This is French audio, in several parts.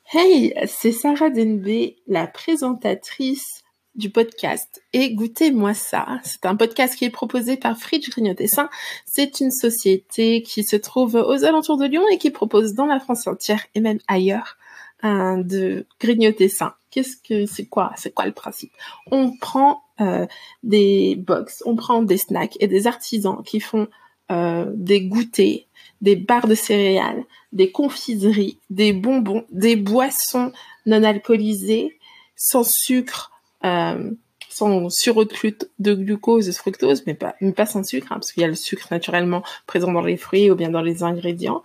Hey, c'est Sarah Denbé, la présentatrice du podcast. Et goûtez-moi ça. C'est un podcast qui est proposé par Fridge Grignotessin. C'est une société qui se trouve aux alentours de Lyon et qui propose dans la France entière et même ailleurs de Grignotessin. C'est quoi le principe? On prend des box, on prend des snacks et des artisans qui font des goûters, des barres de céréales, des confiseries, des bonbons, des boissons non alcoolisées, sans sucre, sans surrecrute de glucose, de fructose, mais pas sans sucre, parce qu'il y a le sucre naturellement présent dans les fruits ou bien dans les ingrédients.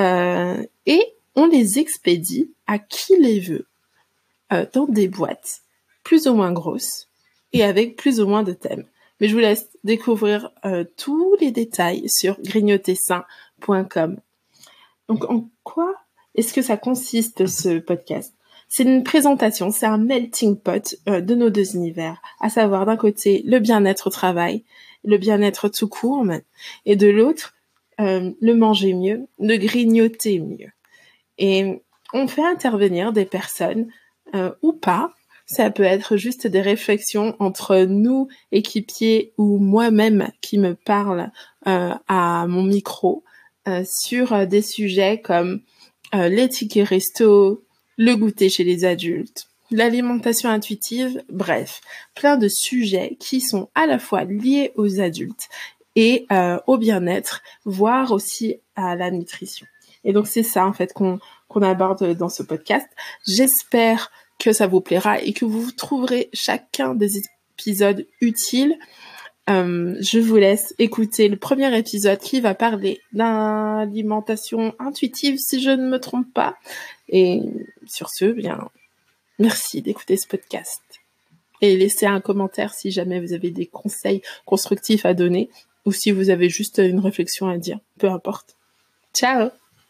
Et on les expédie à qui les veut, dans des boîtes plus ou moins grosses et avec plus ou moins de thèmes. Mais je vous laisse découvrir tous les détails sur grignotessin.com. Donc, en quoi est-ce que ça consiste, ce podcast? C'est une présentation, c'est un melting pot de nos deux univers, à savoir d'un côté le bien-être au travail, le bien-être tout court, et de l'autre, le manger mieux, le grignoter mieux. Et on fait intervenir des personnes ou pas. Ça peut être juste des réflexions entre nous, équipiers, ou moi-même qui me parle à mon micro sur des sujets comme les tickets resto, le goûter chez les adultes, l'alimentation intuitive, bref, plein de sujets qui sont à la fois liés aux adultes et au bien-être, voire aussi à la nutrition. Et donc c'est ça en fait qu'on aborde dans ce podcast. J'espère que ça vous plaira et que vous trouverez chacun des épisodes utiles. Je vous laisse écouter le premier épisode qui va parler d'alimentation intuitive, si je ne me trompe pas. Et sur ce, bien, merci d'écouter ce podcast. Et laissez un commentaire si jamais vous avez des conseils constructifs à donner ou si vous avez juste une réflexion à dire. Peu importe. Ciao!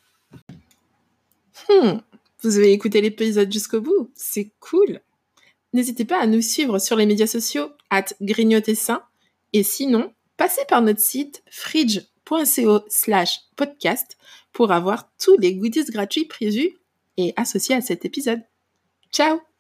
Vous avez écouté l'épisode jusqu'au bout? C'est cool! N'hésitez pas à nous suivre sur les médias sociaux @grignotessin. Et sinon, passez par notre site fridge.co/podcast pour avoir tous les goodies gratuits prévus et associés à cet épisode. Ciao!